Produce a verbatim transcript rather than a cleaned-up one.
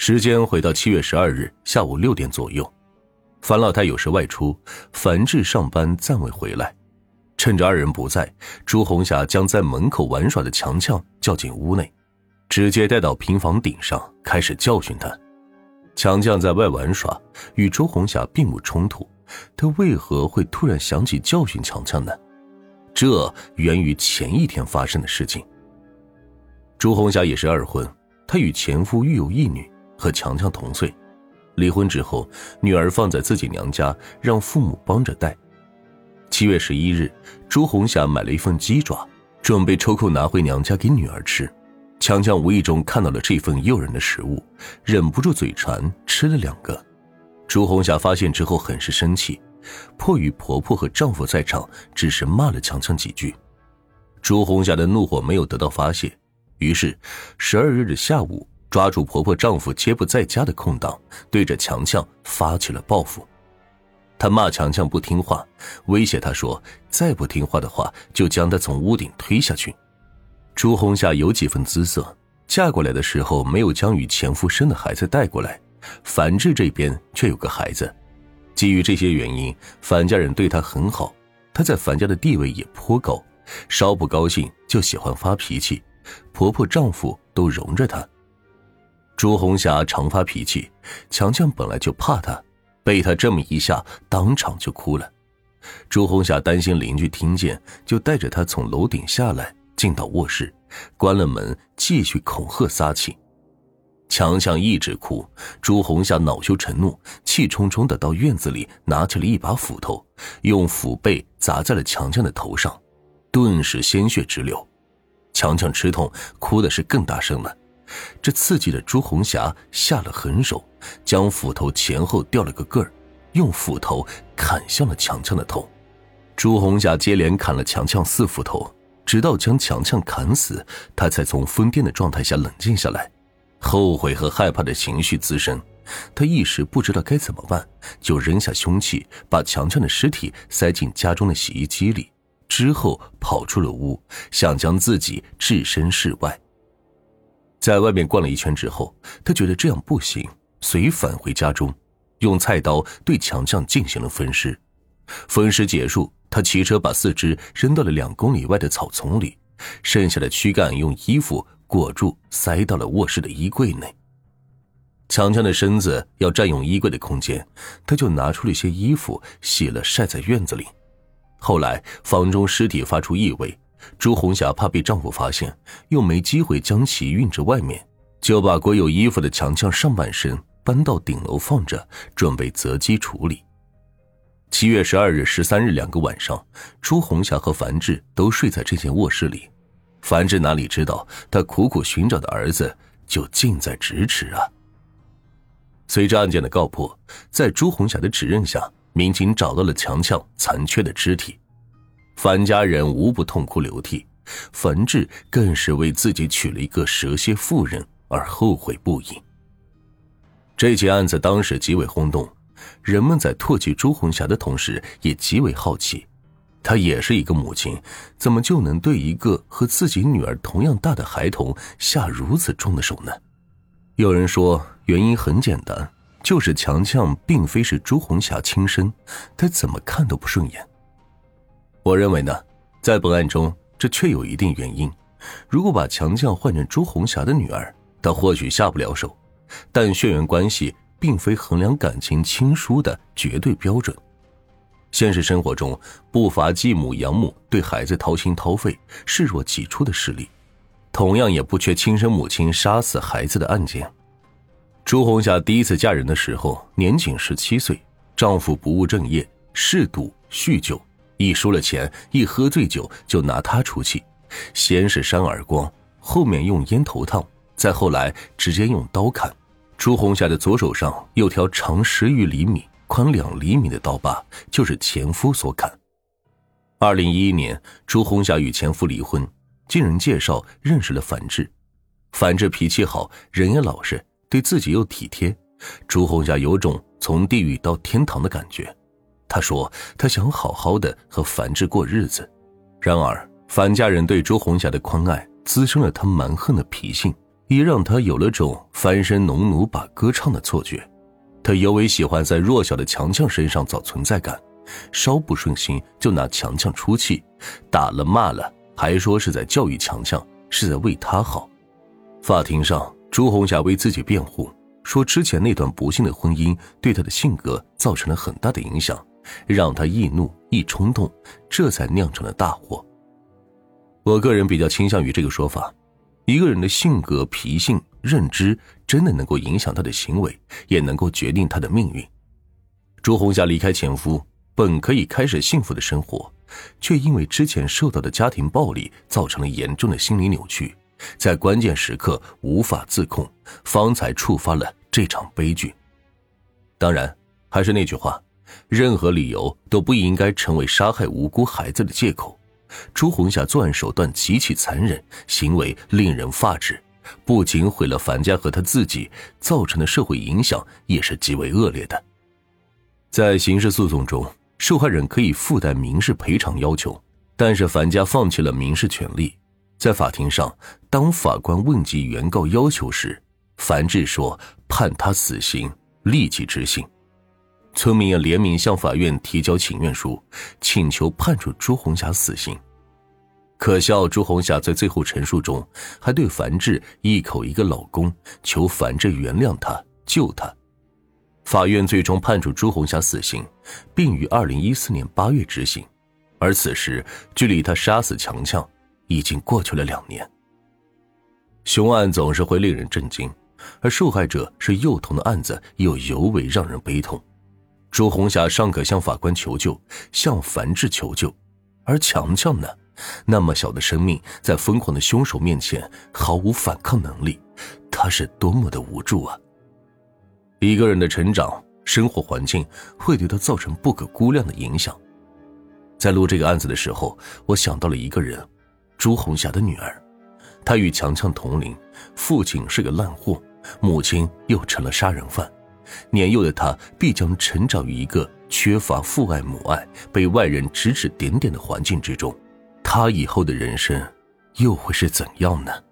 时间回到七月十二日下午六点左右，樊老太有事外出，樊志上班暂未回来。趁着二人不在，朱红霞将在门口玩耍的强强叫进屋内，直接带到平房顶上，开始教训他。强强在外玩耍，与朱红霞并无冲突，他为何会突然想起教训强强呢？这源于前一天发生的事情。朱红霞也是二婚，她与前夫育有一女，和强强同岁。离婚之后，女儿放在自己娘家，让父母帮着带。七月十一日，朱红霞买了一份鸡爪，准备抽空拿回娘家给女儿吃。强强无意中看到了这份诱人的食物，忍不住嘴馋，吃了两个。朱红霞发现之后很是生气，迫于婆婆和丈夫在场，只是骂了强强几句。朱红霞的怒火没有得到发泄，于是十二日的下午，抓住婆婆丈夫皆不在家的空档，对着强强发起了报复。她骂强强不听话，威胁她说再不听话的话就将她从屋顶推下去。朱红霞有几分姿色，嫁过来的时候没有将与前夫生的孩子带过来，樊志这边却有个孩子。基于这些原因，樊家人对她很好，她在樊家的地位也颇高，稍不高兴就喜欢发脾气，婆婆丈夫都容着她。朱红霞常发脾气，强强本来就怕她，被她这么一下，当场就哭了。朱红霞担心邻居听见，就带着她从楼顶下来，进到卧室，关了门，继续恐吓撒气。强强一直哭，朱红霞恼羞成怒，气冲冲地到院子里拿起了一把斧头，用斧背砸在了强强的头上，顿时鲜血直流。强强吃痛，哭的是更大声了。这刺激的朱红霞下了狠手，将斧头前后掉了个个儿，用斧头砍向了强强的头。朱红霞接连砍了强强四斧头，直到将强强砍死，她才从疯癫的状态下冷静下来。后悔和害怕的情绪滋生，她一时不知道该怎么办，就扔下凶器，把强强的尸体塞进家中的洗衣机里，之后跑出了屋，想将自己置身事外。在外面逛了一圈之后，她觉得这样不行，遂返回家中，用菜刀对强强进行了分尸。分尸结束，她骑车把四肢扔到了两公里外的草丛里，剩下的躯干用衣服裹住，塞到了卧室的衣柜内。强强的身子要占用衣柜的空间，她就拿出了一些衣服洗了晒在院子里。后来房中尸体发出异味，朱红霞怕被丈夫发现，又没机会将其运至外面，就把裹有衣服的强强上半身搬到顶楼放着，准备择机处理。七月十二日、十三日两个晚上，朱红霞和樊志都睡在这间卧室里。樊志哪里知道，他苦苦寻找的儿子就近在咫尺啊！随着案件的告破，在朱红霞的指认下，民警找到了强强残缺的肢体。樊家人无不痛哭流涕，樊志更是为自己娶了一个蛇蝎妇人而后悔不已。这起案子当时极为轰动，人们在唾弃朱红霞的同时也极为好奇，她也是一个母亲，怎么就能对一个和自己女儿同样大的孩童下如此重的手呢？有人说原因很简单，就是强强并非是朱红霞亲生，她怎么看都不顺眼。我认为呢，在本案中这确有一定原因，如果把强强换成朱红霞的女儿，她或许下不了手，但血缘关系并非衡量感情亲疏的绝对标准。现实生活中不乏继母养母对孩子掏心掏肺视若己出的事例，同样也不缺亲生母亲杀死孩子的案件。朱红霞第一次嫁人的时候年仅十七岁，丈夫不务正业，嗜赌酗酒，一输了钱，一喝醉酒就拿她出气，先是扇耳光，后面用烟头烫，再后来直接用刀砍。朱红霞的左手上有条长十余厘米宽两厘米的刀疤，就是前夫所砍。二零一一年，朱红霞与前夫离婚，经人介绍认识了樊志。樊志脾气好，人也老实，对自己又体贴，朱红霞有种从地狱到天堂的感觉。她说她想好好的和樊志过日子。然而樊家人对朱红霞的宽爱滋生了她蛮横的脾性， 也让他有了种翻身农奴把歌唱的错觉。他尤为喜欢在弱小的强强身上找存在感，稍不顺心就拿强强出气，打了骂了还说是在教育强强，是在为他好。法庭上，朱红霞为自己辩护，说之前那段不幸的婚姻对他的性格造成了很大的影响，让他易怒易冲动，这才酿成了大祸。我个人比较倾向于这个说法，一个人的性格、脾性、认知真的能够影响他的行为，也能够决定他的命运。朱红霞离开前夫，本可以开始幸福的生活，却因为之前受到的家庭暴力造成了严重的心理扭曲，在关键时刻无法自控，方才触发了这场悲剧。当然，还是那句话，任何理由都不应该成为杀害无辜孩子的借口。朱红霞作案手段极其残忍，行为令人发指，不仅毁了樊家和他自己，造成的社会影响也是极为恶劣的。在刑事诉讼中，受害人可以附带民事赔偿要求，但是樊家放弃了民事权利。在法庭上，当法官问及原告要求时，樊志说判他死刑，立即执行。村民也联名向法院提交请愿书，请求判处朱红霞死刑。可笑朱红霞在最后陈述中还对樊志一口一个老公，求樊志原谅他，救他。法院最终判处朱红霞死刑，并于二零一四年八月执行，而此时距离他杀死强强已经过去了两年。凶案总是会令人震惊，而受害者是幼童的案子又尤为让人悲痛。朱红霞尚可向法官求救，向樊志求救，而强强呢？那么小的生命在疯狂的凶手面前毫无反抗能力，他是多么的无助啊！一个人的成长、生活环境会对他造成不可估量的影响。在录这个案子的时候，我想到了一个人，朱红霞的女儿。她与强强同龄，父亲是个烂货，母亲又成了杀人犯。年幼的她必将成长于一个缺乏父爱母爱、被外人指指点点的环境之中。她以后的人生又会是怎样呢？